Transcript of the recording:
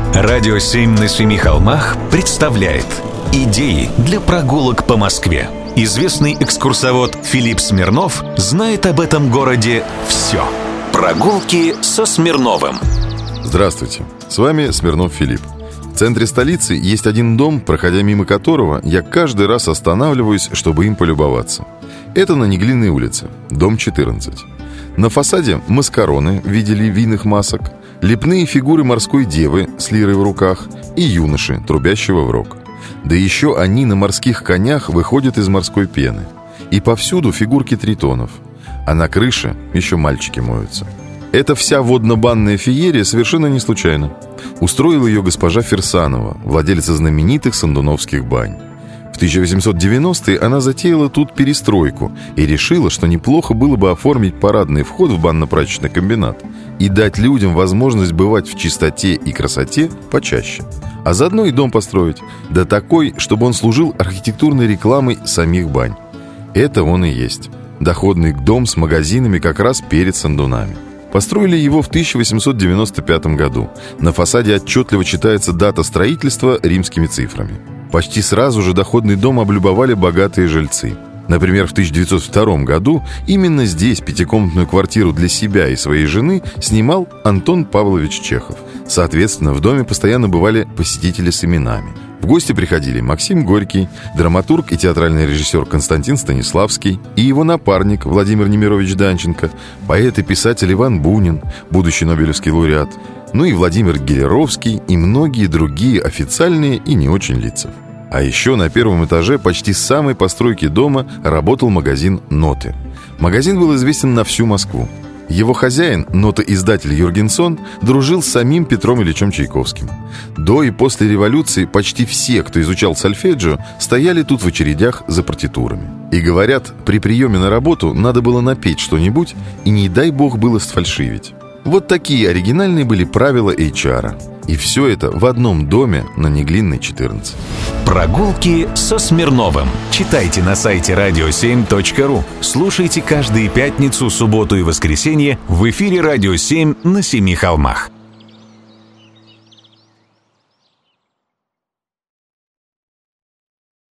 Радио 7 на семи холмах представляет идеи для прогулок по Москве. Известный экскурсовод Филипп Смирнов знает об этом городе все. Прогулки со Смирновым. Здравствуйте, с вами Смирнов Филипп. В центре столицы есть один дом, проходя мимо которого я каждый раз останавливаюсь, чтобы им полюбоваться. Это на Неглинной улице, дом 14. На фасаде маскароны в виде львиных масок, лепные фигуры морской девы с лирой в руках и юноши, трубящего в рог. Да еще они на морских конях выходят из морской пены. И повсюду фигурки тритонов. А на крыше еще мальчики моются. Эта вся водно-банная феерия совершенно не случайна. Устроила ее госпожа Фирсанова, владелица знаменитых сандуновских бань. В 1890-е она затеяла тут перестройку и решила, что неплохо было бы оформить парадный вход в банно-прачечный комбинат и дать людям возможность бывать в чистоте и красоте почаще. А заодно и дом построить, да такой, чтобы он служил архитектурной рекламой самих бань. Это он и есть. Доходный дом с магазинами как раз перед Сандунами. Построили его в 1895 году. На фасаде отчетливо читается дата строительства римскими цифрами. Почти сразу же доходный дом облюбовали богатые жильцы. Например, в 1902 году именно здесь пятикомнатную квартиру для себя и своей жены снимал Антон Павлович Чехов. Соответственно, в доме постоянно бывали посетители с именами. В гости приходили Максим Горький, драматург и театральный режиссер Константин Станиславский и его напарник Владимир Немирович Данченко, поэт и писатель Иван Бунин, будущий нобелевский лауреат, ну и Владимир Гелеровский и многие другие официальные и не очень лица. А еще на первом этаже почти с самой постройки дома работал магазин «Ноты». Магазин был известен на всю Москву. Его хозяин, нотоиздатель Юргенсон, дружил с самим Петром Ильичем Чайковским. До и после революции почти все, кто изучал сольфеджио, стояли тут в очередях за партитурами. И говорят, при приеме на работу надо было напеть что-нибудь, и не дай бог было сфальшивить. Вот такие оригинальные были правила HR-а. И все это в одном доме на Неглинной, 14. Прогулки со Смирновым. Читайте на сайте radio7.ru. Слушайте каждые пятницу, субботу и воскресенье в эфире «Радио 7» на Семи холмах.